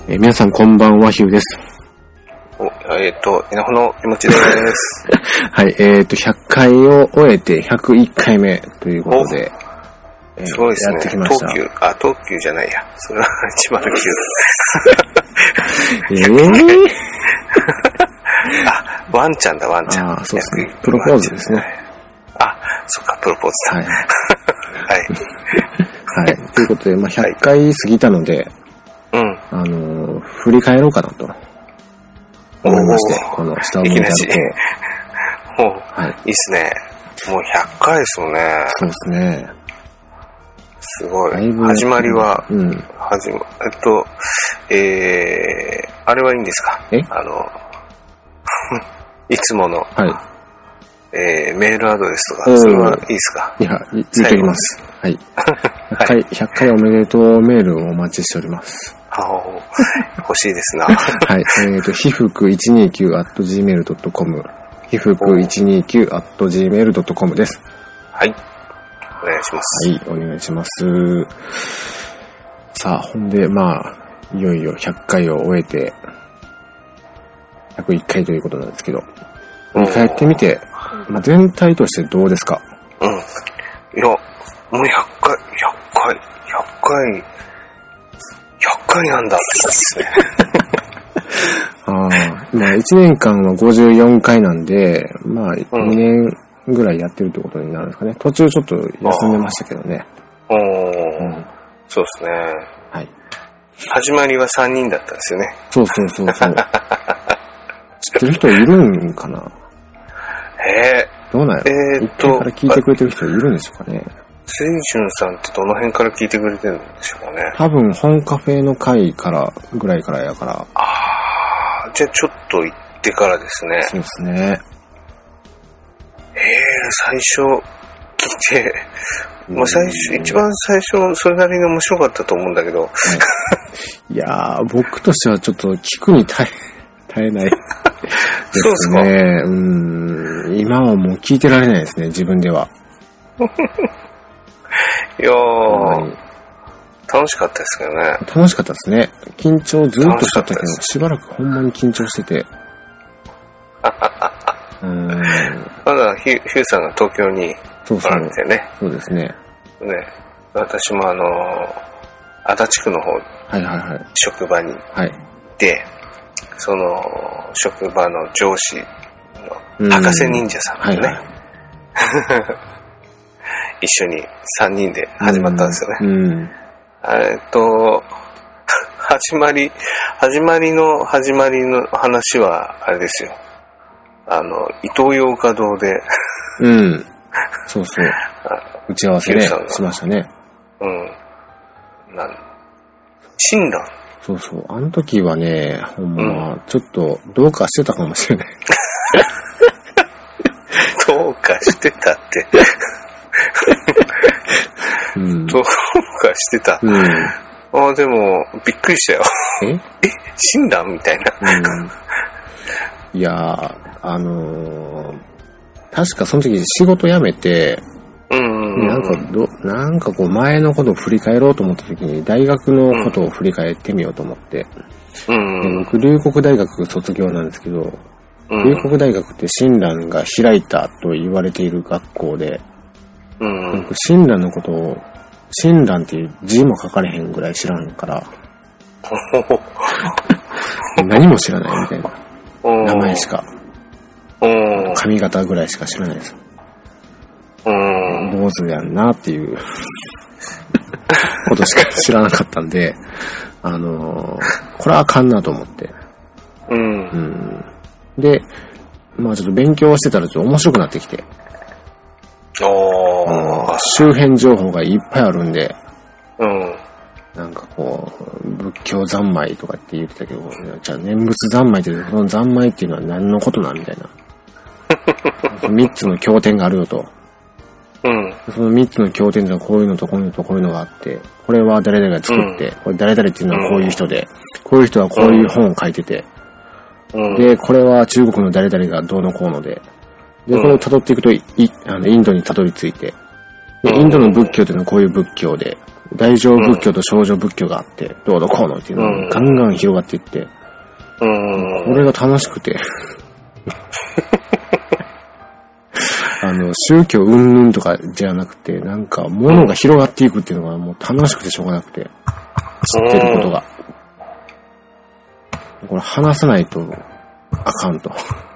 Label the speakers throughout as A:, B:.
A: 皆さんこんばんは、ヒューです。
B: 稲穂の気持ちです。
A: はい、100回を終えて101回目ということで、
B: すごいですね。
A: やってきました。
B: 東急じゃないや。それは
A: 109。
B: あ、ワンちゃんだ、ワンちゃん。
A: あ、そうですね。プロポーズですね。
B: あ、そっか、プロポーズだ。はい。はい。
A: はい。ということで、100回過ぎたので、振り返ろうかなと思いまして、この下を向いたとこ
B: ろ。はい。いいっすね。もう100回ですもんね。
A: そうですね。
B: すごい。始まりは、あれはいいんですか？いつもの、メールアドレスとか、それはいいですか？
A: いや、言っております。はい。100回おめでとうメールをお待ちしております。
B: 欲しいですな。
A: はい。ひふく 129@gmail.com ひふく 129@gmail.com です。
B: はい。お願いします。
A: はい、お願いします。さあ、ほんで、いよいよ100回を終えて、101回ということなんですけど、振り返ってみて、全体としてどうですか？
B: いや、もう100回なんだって感じですね。
A: 1年間は54回なんで、2年ぐらいやってるってことになるんですかね。途中ちょっと休んでましたけどね。
B: そうですね。
A: はい。
B: 始まりは3人だったんですよね。
A: そう。知ってる人いるんかな？どうなんやろ？一回から聞いてくれてる人いるんでしょうかね。
B: 水準さんってどの辺から聞いてくれてるんでしょうかね。
A: 多分本カフェの回からぐらいからやから。
B: じゃあちょっと行ってからですね。
A: そうですね。
B: 最初聞いて、一番最初それなりに面白かったと思うんだけど。
A: いやー、僕としてはちょっと聞くに耐えないですね。
B: そうですか？
A: 今はもう聞いてられないですね、自分では。
B: いやー、楽しかったですけどね。
A: 楽しかったですね。緊張ずっとしちゃったけど、しばらくほんまに緊張してて。
B: まだヒューさんが東京に来られてね。
A: そうですね。
B: 私も足立区の方、職場に行って、その職場の上司の博士忍者さんとね、一緒に3人で始まったんですよね。始まりの話はあれですよ。イトーヨーカ堂で
A: そう。打ち合わせね、しましたね。
B: 診断。
A: そう。あの時はね、ほんま、ちょっとどうかしてたかもしれない。
B: どうかしてたって。どうかしてた。でも、びっくりしたよ。診断みたいな。
A: いやー、確かその時仕事辞めて、なんかこう前のことを振り返ろうと思った時に大学のことを振り返ってみようと思って、僕龍谷大学卒業なんですけど、龍谷大学って親鸞が開いたと言われている学校で、僕親鸞のことを親鸞っていう字も書かれへんぐらい知らんから何も知らないみたいな名前しか髪型ぐらいしか知らないです。坊主やんなっていうことしか知らなかったんで、これはあかんなと思って。で、ちょっと勉強してたらちょっと面白くなってきて。周辺情報がいっぱいあるんで、なんかこう、仏教三昧とかって言ってたけど、じゃあ念仏三昧って、その三昧っていうのは何のことなんみたいな。3つの経典があるよと。その3つの経典ではこういうのとこういうのとこういうのがあって、これは誰々が作って、これ誰々っていうのはこういう人で、こういう人はこういう本を書いてて、で、これは中国の誰々がどうのこうので、で、これを辿っていくとインドに辿り着いて、でインドの仏教というのはこういう仏教で、 大乗仏教と小乗仏教があって、どうのこうのっていうのがガンガン広がっていって、これが楽しくて、宗教云々とかじゃなくて、なんか物が広がっていくっていうのがもう楽しくてしょうがなくて、知ってることが。これ話さないとあかんと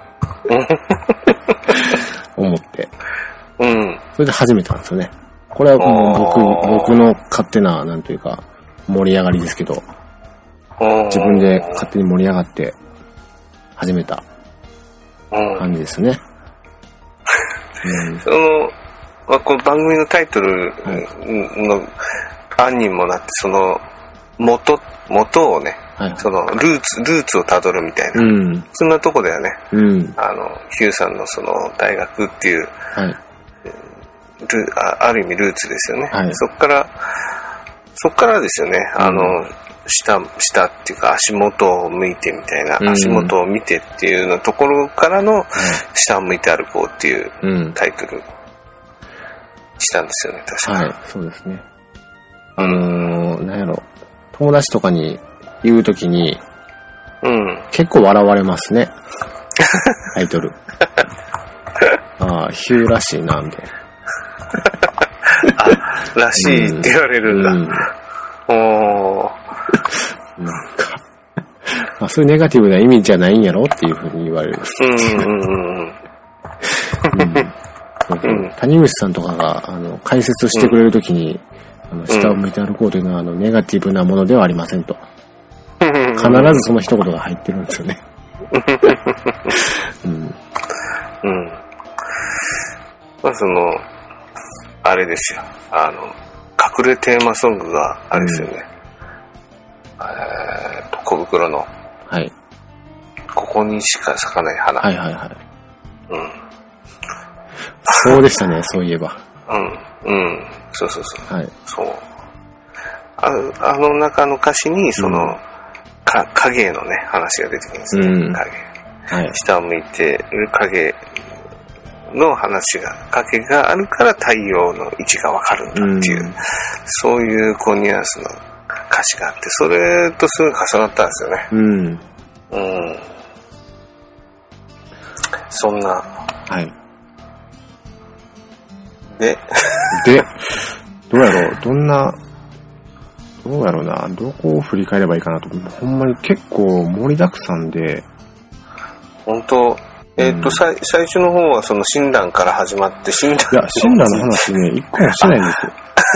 A: 思って、それで始めたんですよね。これはもう僕の勝手な、なんというか、盛り上がりですけど、自分で勝手に盛り上がって始めた感じですね。
B: この番組のタイトルの案にもなって、その元をね、そのルーツをたどるみたいな、そんなとこだよね。ヒューさんのその大学っていう、ある意味ルーツですよね。そっからですよね。下っていうか足元を向いてみたいな、足元を見てっていうのところからの下を向いて歩こうっていうタイトルしたんですよね、確かに。
A: はい、そうですね。なんやろ、友達とかに言うときに、結構笑われますね。タイトル。ヒューらしいな、みたいな。
B: らしいって言われるんだ。
A: なんか、そういうネガティブな意味じゃないんやろっていうふうに言われる。谷口さんとかが解説してくれるときに、下を向いて歩こうというのはネガティブなものではありませんと。必ずその一言が入ってるんですよね。
B: あれですよ。隠れテーマソングがあれですよね。小袋の。
A: はい。
B: ここにしか咲かない花。
A: そうでしたね、そういえば。
B: そう。
A: はい。
B: そう。中の歌詞に、影のね、話が出てきますね。影。下を向いてる影の話が、影があるから太陽の位置がわかるんだっていう、そういうニュアンスの歌詞があって、それとすごい重なったんですよね。そんな。
A: はい。
B: で、
A: どうやろうな、どこを振り返ればいいかなと。ほんまに結構盛りだくさんで。
B: 本当最初の方はその診断から始まって、診断
A: の話ね、一個もしてないんですよ。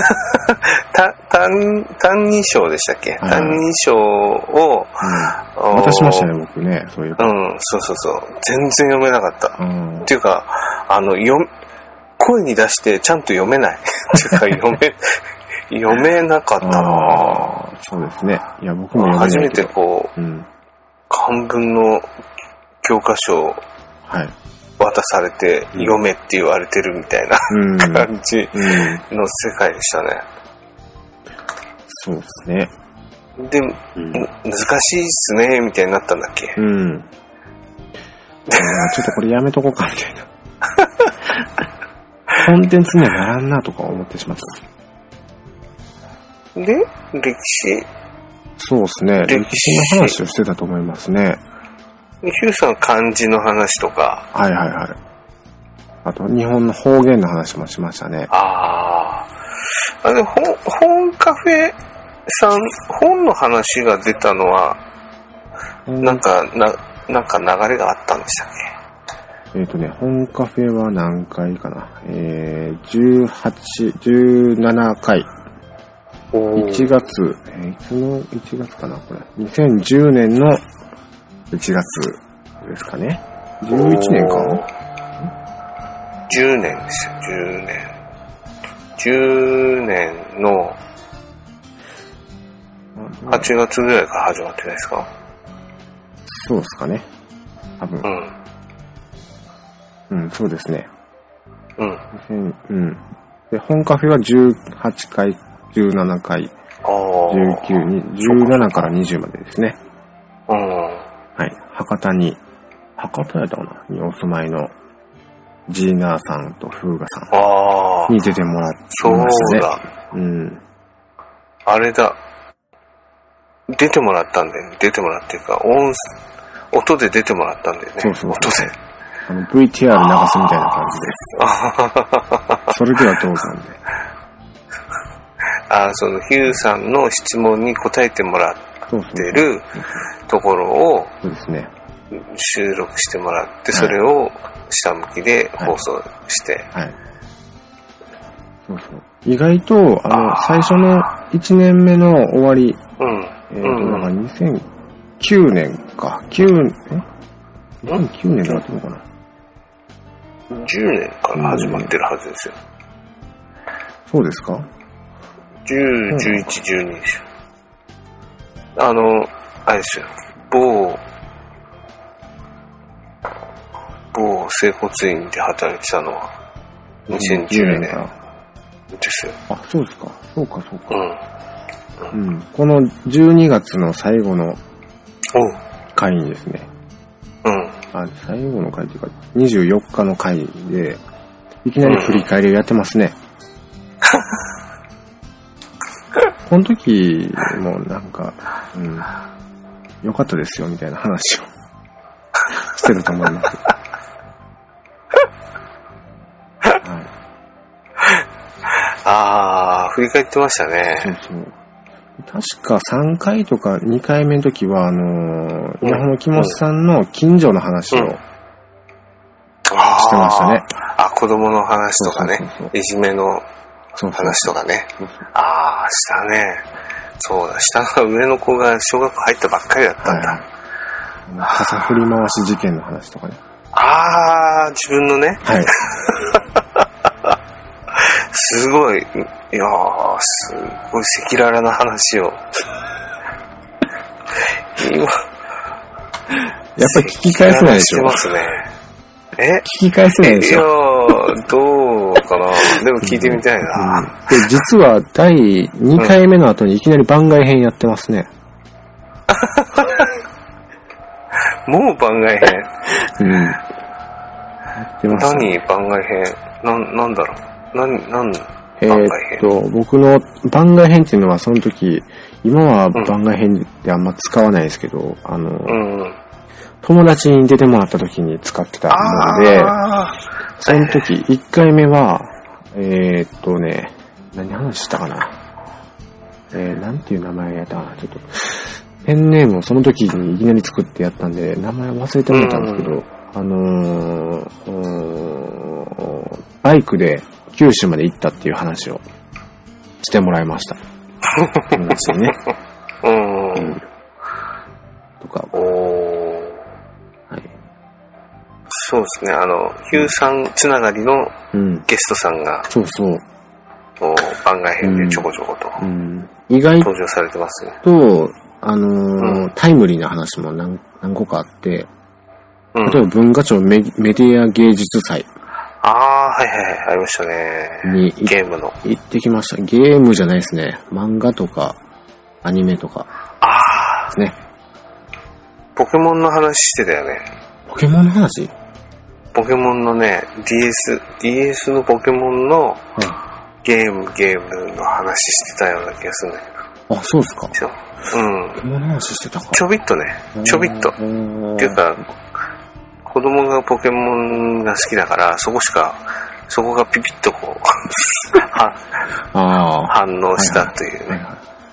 B: 単二章でしたっけ？単二章を、
A: 渡しましたね、僕ね、そういう。
B: そう。全然読めなかった。っていうか、声に出してちゃんと読めない。っていうか、読めなかったな。
A: そうですね。いや、僕も読めないけど。
B: 初めて漢文の教科書を渡されて読めって言われてるみたいな感じの世界でしたね。
A: そうですね。
B: で、難しいっすね、みたいになったんだっけ？
A: ちょっとこれやめとこうか、みたいな。コンテンツにはならんなとか思ってしまった。
B: で、歴史？
A: そうですね。歴史の話をしてたと思いますね。
B: ヒューさん漢字の話とか。
A: はい。あと、日本の方言の話もしましたね。
B: 本カフェさん、本の話が出たのは、なんか流れがあったんでしたっ
A: け？本カフェは何回かな。17回。1月、いつの1月かなこれ。2010年の1月ですかね。11年かな
B: ?10 年ですよ、10年。10年の8月ぐらいから始まってないですか？
A: そうですかね。多分。そうですね。で、本カフェは18回、17回、19、17から20までですね。はい。博多やったかなにお住まいのジーナーさんとフーガさんに出てもらってましたね。
B: あれだ。出てもらったんだよね。出てもらっていうか、音で出てもらったんだよね。
A: そうそうそう。
B: 音で。
A: VTR 流すみたいな感じで。それではどうぞね。
B: そのヒューさんの質問に答えてもらってるところを
A: そうですね。
B: 収録してもらって、それを下向きで放送して。はい。はい、
A: そうそう。意外と、最初の1年目の終わり、だから2009年か。2009年だったのかな。
B: 10年から始まってるはずですよ。
A: そうですか？
B: 10、11、12でしょ。あれですよ。某整骨院で働いてたのは2010年ですよ。
A: あ、そうですか。そうか。この12月の最後の回にですね。最後の回というか、24日の回で、いきなり振り返りをやってますね。この時もなんか、良かったですよみたいな話をしてると思います。
B: 振り返ってましたね。
A: そう。確か3回とか2回目の時は、ヤホの木本さんの近所の話をしてましたね。
B: 子供の話とかね。いじめの話とかね。したね。そうだ、下の上の子が小学校入ったばっかりだったんだ。
A: 傘振り回し事件の話とかね。
B: 自分のね。はい。すごい、すごい赤裸々な話を。
A: 今。やっぱり聞き返せないでしょ。
B: してますね。
A: 聞き返せないでしょ。
B: どうかな。でも聞いてみたいな。
A: で実は第2回目の後にいきなり番外編やってますね。
B: もう番外編。
A: やってます、
B: 何番外編なんだろう。
A: 僕の番外編っていうのはその時、今は番外編ってあんま使わないですけど、友達に出てもらった時に使ってたもので、その時1回目は、何話したかな。なんていう名前やったかな。ちょっと、ペンネームをその時にいきなり作ってやったんで、名前忘れてもらったんですけど、バイクで九州まで行ったっていう話をしてもらいました。友達にね。とか。はい。
B: そうですね。ヒューさんつながりのゲストさんが、番外編でちょこちょこと、
A: 意外
B: 登場されてますね。
A: と、タイムリーな話も何個かあって、例えば文化庁メディア芸術祭。
B: はい、ありましたね。ゲームの。
A: 行ってきました。ゲームじゃないですね。漫画とか、アニメとか。ですね。
B: ポケモンの話してたよね。
A: ポケモンの話？
B: ポケモンのね、DS のポケモンのゲームの話してたような気がするんだけど。
A: そうですか。
B: ポケモンの話してたか。ちょびっと。っていうか、子供がポケモンが好きだから、そこがピピッとこう反応したというね。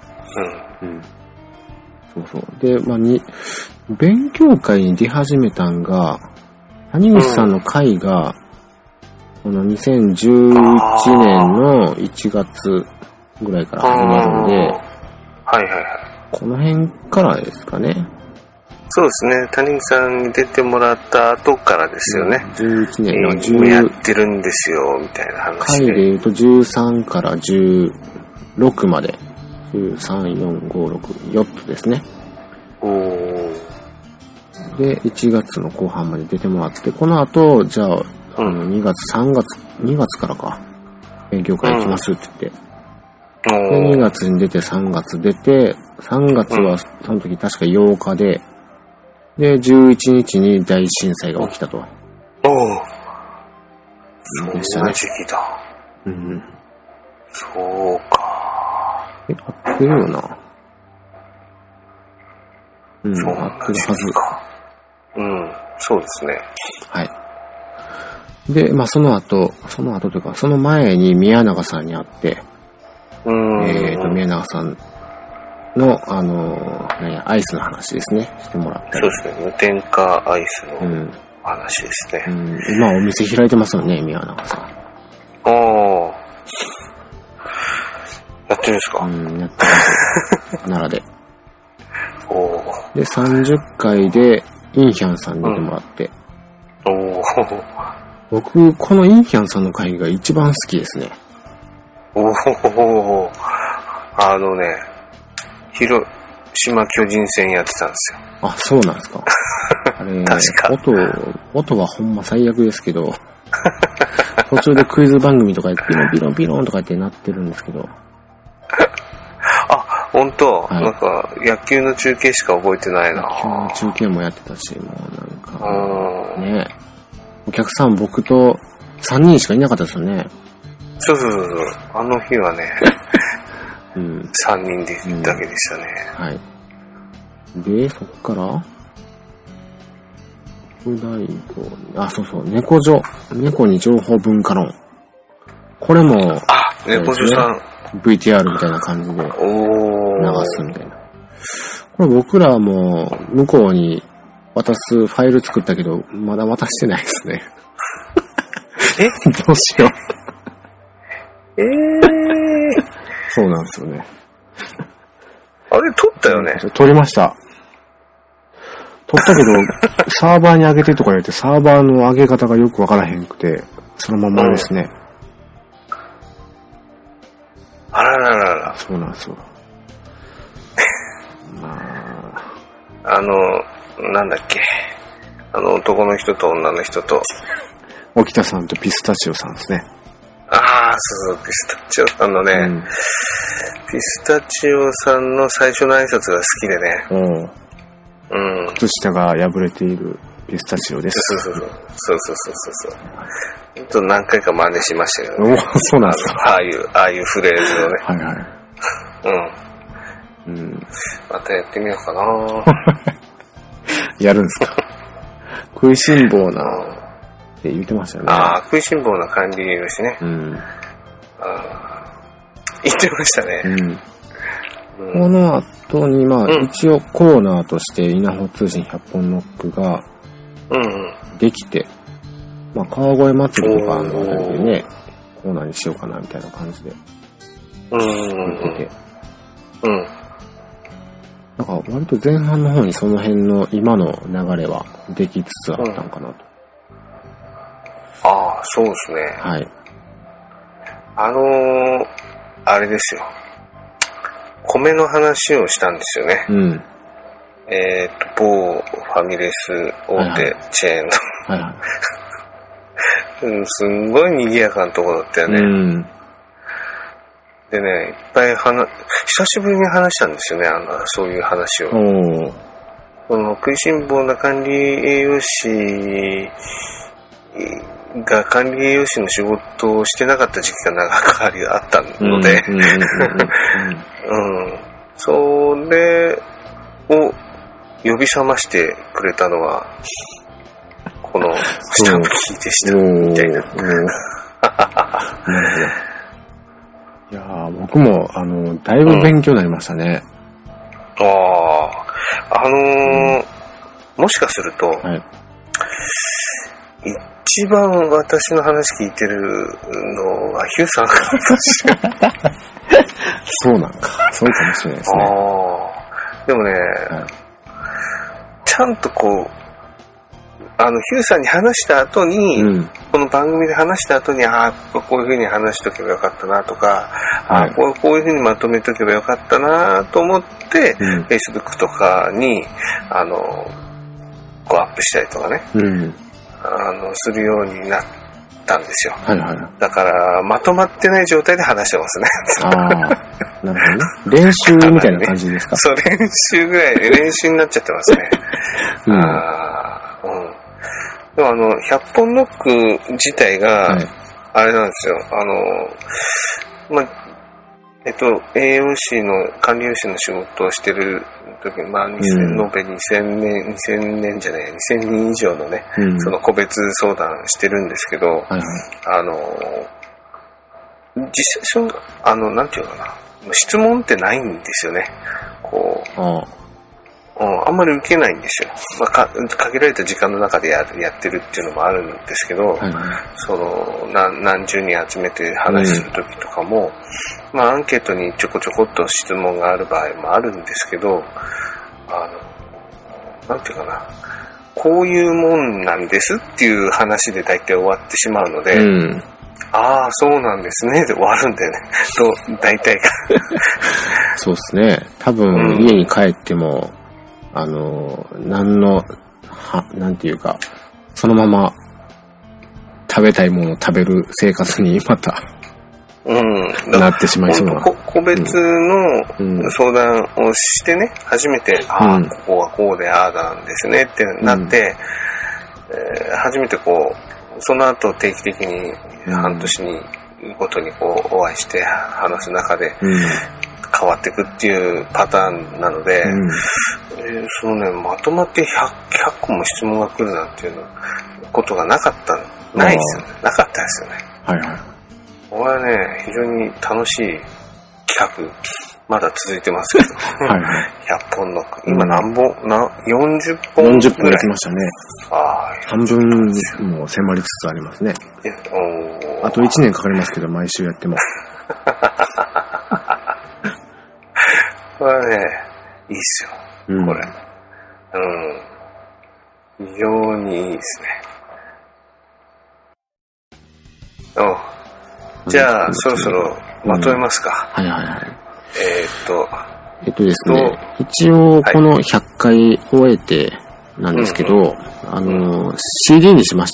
A: そう。で、勉強会に出始めたんが、谷口さんの会が、この2011年の1月ぐらいから始まるんで、この辺からですかね。
B: そうですね。谷口さんに出てもらった後からですよね。
A: 11年の
B: 10やってるんですよ、みたいな話で。
A: 回で言うと13から16まで。13、4、5、6、4つですね。で、1月の後半まで出てもらって、この後、じゃあ、2月からか、勉強会行きますって言って。で、2月に出て3月出て、3月はその時確か8日で、で、11日に大震災が起きたと。
B: そんな時期だ。そうか。
A: あっってるよな。うん、
B: そう
A: 合ってるはず。
B: うん、そうですね。
A: はい。で、まあその後というか、その前に宮永さんに会って、宮永さんの、アイスの話ですね、してもらったり。
B: そうですね、無添加アイスの話ですね。
A: 今お店開いてますよね、宮永さん。
B: ああ。やってるんですか？
A: やってます。奈良で。
B: お
A: で、30回でインヒャンさんに出てもらって。僕、このインヒャンさんの会が一番好きですね。
B: 広島巨人戦やってたんですよ。
A: あ、そうなんですか。あれ、
B: 確か。
A: 音はほんま最悪ですけど、途中でクイズ番組とかピロンピロンピロンとかってなってるんですけど。
B: あ、本当、
A: はい、
B: なんか野球の中継しか覚えてないな。
A: 野球の中継もやってたし、もうなんか、ね、お客さん僕と3人しかいなかったですよね。
B: そう。あの日はね、3人でだけでしたね。
A: はい。で、そっから、そう、猫に情報文化論。これも、
B: 猫女さん。
A: VTR みたいな感じで流すみたいな。これ僕らも向こうに渡すファイル作ったけど、まだ渡してないですね。どうしよう。そうなんですよね。
B: あれ、撮ったよね。
A: 撮りました。撮ったけど、サーバーに上げてとか言われて、サーバーの上げ方がよくわからへんくて、そのままですね。
B: あら。
A: そうなんですよ。
B: なんだっけ。男の人と女の人と。
A: 沖田さんとピスタチオさんですね。
B: そう、ピスタチオさんのね、ピスタチオさんの最初の挨拶が好きでね。
A: 靴下が破れているピスタチオです。
B: そう。何回か真似しましたけど、ね。
A: そうなんですか。
B: ああいうフレーズをね。
A: はい。
B: またやってみようかな。
A: やるんですか。食いしん坊なって言ってましたよね。
B: 食いしん坊な管理栄養士ね。言ってましたね。
A: この後に、一応コーナーとして稲穂通信100本ノックができて、川越祭りとかのあたりでね、コーナーにしようかなみたいな感じで言ってて。なんか割と前半の方にその辺の今の流れはできつつあったのかなと。
B: そうですね。
A: はい。
B: あれですよ。米の話をしたんですよね。某ファミレス大手チェーンの。すんごい賑やかなとこだったよね。でね、いっぱい久しぶりに話したんですよね、そういう話を。この食いしん坊な管理栄養士が管理栄養士の仕事をしてなかった時期が長くあったので、それを呼び覚ましてくれたのは、この下向きでした、みたいな。
A: いやー、僕も、だいぶ勉強になりましたね。
B: もしかすると、一番私の話聞いてるのはヒューさんかもしれない。
A: そうなんか。そうかもしれないですね。
B: でもね、ちゃんとヒューさんに話した後に、この番組で話した後に、こういう風に話しとけばよかったなとか、こういう風にまとめとけばよかったなと思って、Facebook とかに、アップしたりとかね、するようになったんですよ。だから、まとまってない状態で話してますね。
A: なるほどね。練習みたいな感じですか？
B: そう、練習ぐらい、練習になっちゃってますね。でも100本ノック自体が、あれなんですよ。 栄養士の、管理栄養士の仕事をしてる時に、まあ、延べ2000年じゃない、2000人以上のね、その個別相談してるんですけど、実際なんていうのかな、質問ってないんですよね。こう、あんまり受けないんですよ。まあ、限られた時間の中でやってるっていうのもあるんですけど、その何十人集めて話する時とかも、まあアンケートにちょこちょこっと質問がある場合もあるんですけど、なんていうかな、こういうもんなんですっていう話で大体終わってしまうので、ああ、そうなんですねで終わるんだよね。大体が。
A: そうですね。多分家に帰っても、なんていうか、そのまま食べたいものを食べる生活にまた、なってしまいそうな。
B: 個別の相談をしてね、初めて、ここはこうで、ああなんですねってなって、初めてこう、その後定期的に半年にごとにこうお会いして話す中で、変わっていくっていうパターンなので、そのね、まとまって100個も質問が来るなんていうことがないですよね。なかったですよね。これはね、非常に楽しい企画、まだ続いてますけど、100本の、今何本、40本ぐらい。
A: 40本やってましたね。半分もう迫りつつありますね。あと1年かかりますけど、毎週やっても。
B: これはね、いいっすよ。これ。非常にいいですね。じゃあ、そろそろまとめますか。
A: ですね、一応この100回終えてなんですけど、CD にしました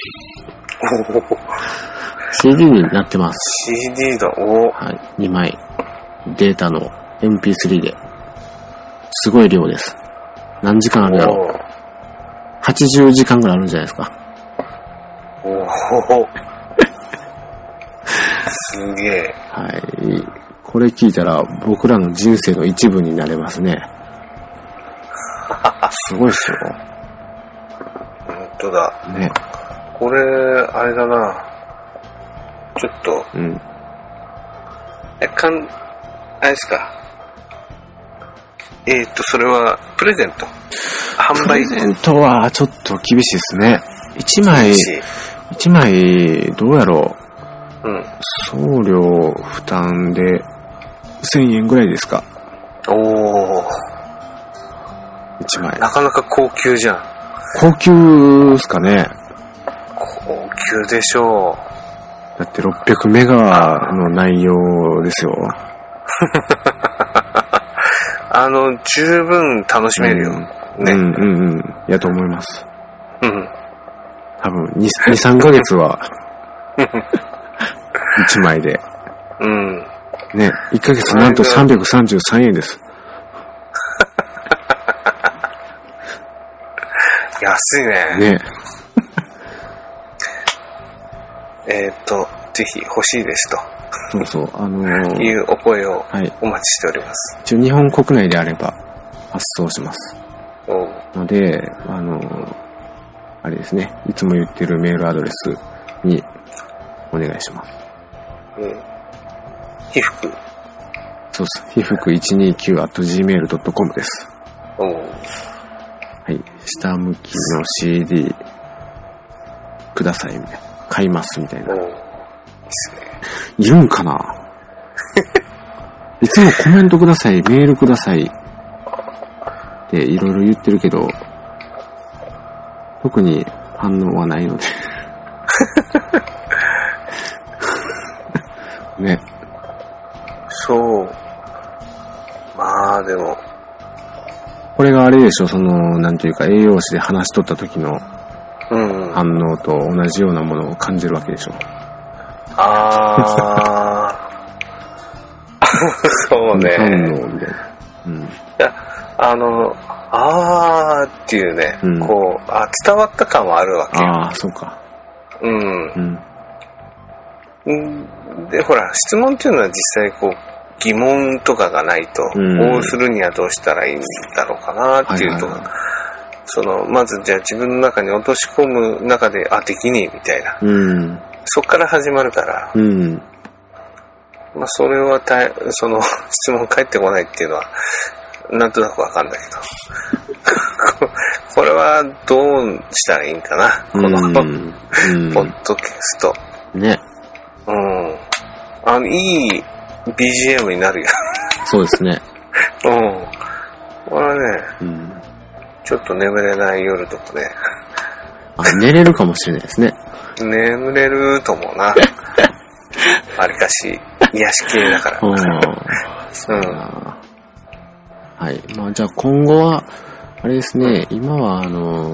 A: 。CD になってます。
B: CD だ、
A: 2枚。データの MP3 で。すごい量です。何時間あるだろう。80時間ぐらいあるんじゃないですか。
B: すげえ。
A: これ聞いたら僕らの人生の一部になれますね。すごいっすよ。
B: 本当だ。
A: ね。
B: これ、あれだな。ちょっと。あれですか。それは、プレゼント。販売。
A: プレゼントはちょっと厳しいですね。1枚、どうやろう。送料負担で1000円ぐらいですか。
B: 1枚。なかなか高級じゃん。
A: 高級ですかね。
B: 高級でしょ
A: う。だって600メガの内容ですよ。
B: 十分楽しめるよ。ね。
A: やと思います。多分2、3ヶ月は1枚で。ね、1ヶ月なんと333円です。
B: 安いね。
A: ね。
B: ぜひ欲しいですと。
A: そう。
B: いうお声をお待ちしております。
A: 一応日本国内であれば発送します。ので、あれですね。いつも言ってるメールアドレスにお願いします。
B: 被服。
A: そうです。被服 129@gmail.com です。下向きの CD くださいみたいな。買いますみたいな。いるんかないつもコメントください、メールくださいっていろいろ言ってるけど、特に反応はないので。ね。
B: そう。まあでも。
A: これがあれでしょ、なんていうか栄養士で話しとった時の反応と同じようなものを感じるわけでしょ。
B: そうね。
A: 反応みたいな。
B: っていうね、こう、伝わった感はあるわけよ。
A: そうか。
B: で、ほら、質問っていうのは実際こう、 疑問とかがないと、こうするにはどうしたらいいんだろうかなっていうと、まずじゃあ自分の中に落とし込む中で、できねえみたいな。そっから始まるから、それは質問返ってこないっていうのは、なんとなくわかんだけど。これはどうしたらいいんかな、この、ポッドキャスト。
A: ね。
B: いい BGM になるよ。
A: そうですね。
B: これはね、ちょっと眠れない夜とかね。
A: 寝れるかもしれないですね。
B: 眠れると思うな。わりかし、癒し系だから。
A: はい。じゃあ今後は、あれですね、今は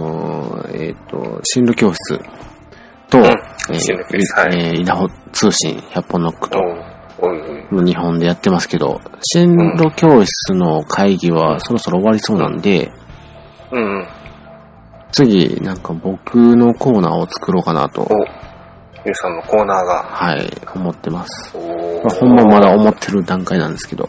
A: 進路教室と、稲穂通信100本ノックと、日本でやってますけど、進路教室の会議はそろそろ終わりそうなんで、次、なんか僕のコーナーを作ろうかなと。
B: ゆうさんのコーナーが。
A: はい、思ってます。ほんままだ思ってる段階なんですけど。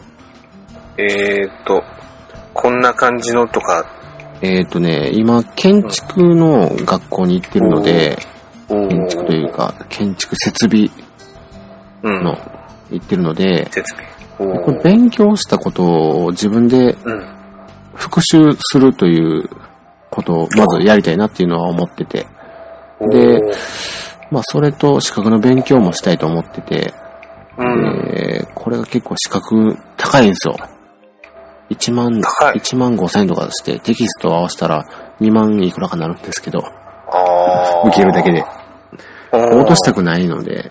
B: こんな感じのとか。
A: 今、建築の学校に行ってるので、建築というか、建築設備の、行ってるので、これ勉強したことを自分で復習するということをまずやりたいなっていうのは思ってて、で、それと資格の勉強もしたいと思ってて、これが結構資格高いんですよ。1万5,000円とかして、テキストを合わせたら2万いくらかなるんですけど、受けるだけで。落としたくないので、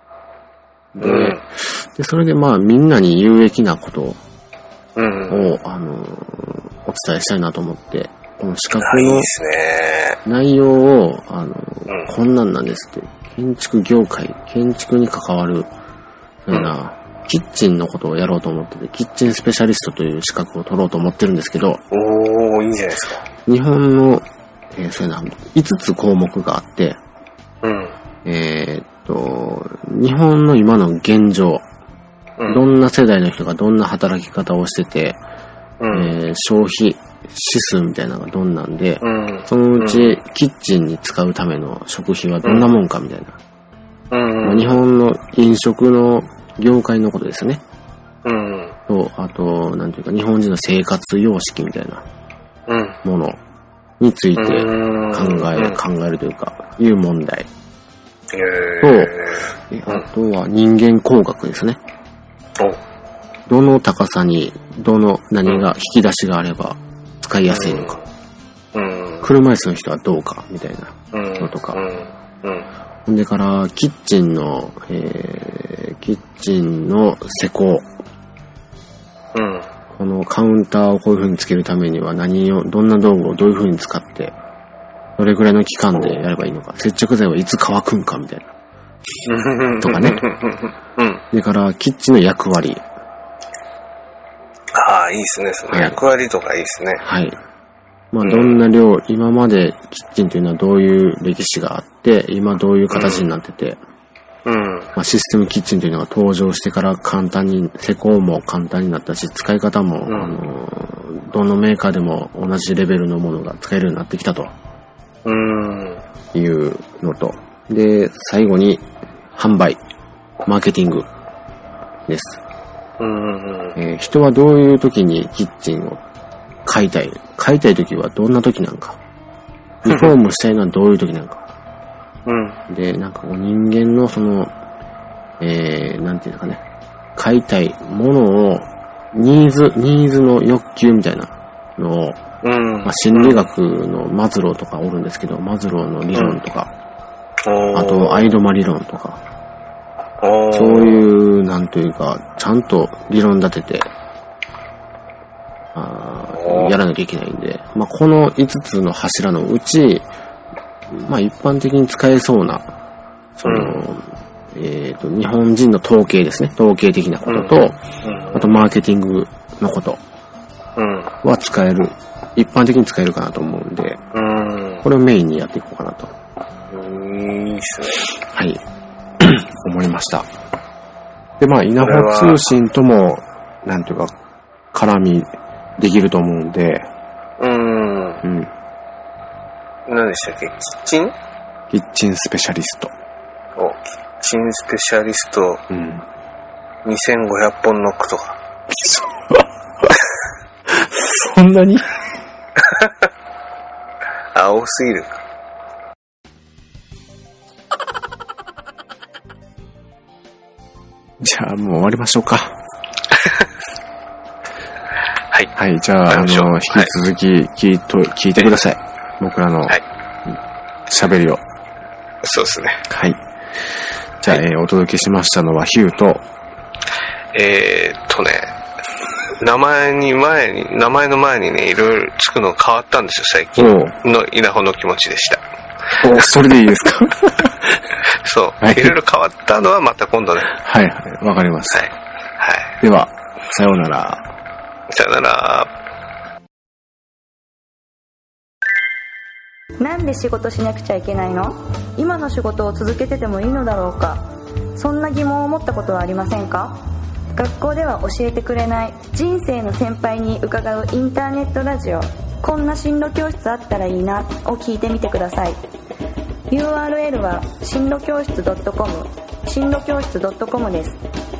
A: で、それでみんなに有益なことを、お伝えしたいなと思って、この資格の内容を、こんなんなんですって、建築業界、建築に関わる、キッチンのことをやろうと思ってて、キッチンスペシャリストという資格を取ろうと思ってるんですけど、
B: いいじゃないですか。
A: 日本の、5つ項目があって、日本の今の現状、どんな世代の人がどんな働き方をしてて、消費指数みたいなのがどんなんで、そのうちキッチンに使うための食費はどんなもんかみたいな。日本の飲食の業界のことですね。と、あと、なんていうか、日本人の生活様式みたいなものについて考えるというか、いう問題。と、あとは人間工学ですね。どの高さに、何が引き出しがあれば使いやすいのか。車椅子の人はどうか、みたいなのとか。ほんでから、キッチンの施工。このカウンターをこういう風につけるためにはどんな道具をどういう風に使って、どれくらいの期間でやればいいのか、接着剤はいつ乾くんかみたいな。とかね。だから、キッチンの役割。
B: いいですね。その役割とかいいですね。
A: はい。どんな今までキッチンというのはどういう歴史があって、今どういう形になってて、システムキッチンというのが登場してから施工も簡単になったし、使い方も、どのメーカーでも同じレベルのものが使えるようになってきたと。いうのと。で、最後に、販売、マーケティングです。人はどういう時にキッチンを買いたい時はどんな時なんか。リフォームしたいのはどういう時なんか。で、なんか人間のなんていうかね、買いたいものを、ニーズの欲求みたいなのを、心理学のマズローとかおるんですけど、マズローの理論とか、あとアイドマ理論とか、そういう、なんというか、ちゃんと理論立てて、やらなきゃいけないんで、この5つの柱のうち、一般的に使えそうな、日本人の統計ですね。統計的なことと、あとマーケティングのことは一般的に使えるかなと思うんで、これをメインにやっていこうかなと。
B: いいっすね。
A: はい。思いました。で、稲穂通信ともなんていうか、絡みできると思うんで。
B: うん。何でしたっけ？キ
A: ッチンスペシャリスト。
B: キッチンスペシャリスト。うん。2500本ノックとか。
A: そんなに
B: 多すぎる。
A: じゃあもう終わりましょうか。
B: はい。
A: はい、じゃあ、引き続き聞いてください。僕らの喋りを。
B: そうですね。
A: はい。じゃあ、お届けしましたのはヒューと、
B: 名前の前にね、いろいろつくの変わったんですよ、最近の稲穂の気持ちでした。
A: それでいいですか？
B: そう。いろいろ変わったのはまた今度ね。
A: はいはい、わかりました。はい。はい。では、さようなら。
B: さようなら。
C: なんで仕事しなくちゃいけないの？今の仕事を続けててもいいのだろうか？そんな疑問を持ったことはありませんか？学校では教えてくれない人生の先輩に伺うインターネットラジオ、こんな進路教室あったらいいなを聞いてみてください。 URL は進路教室 .com です。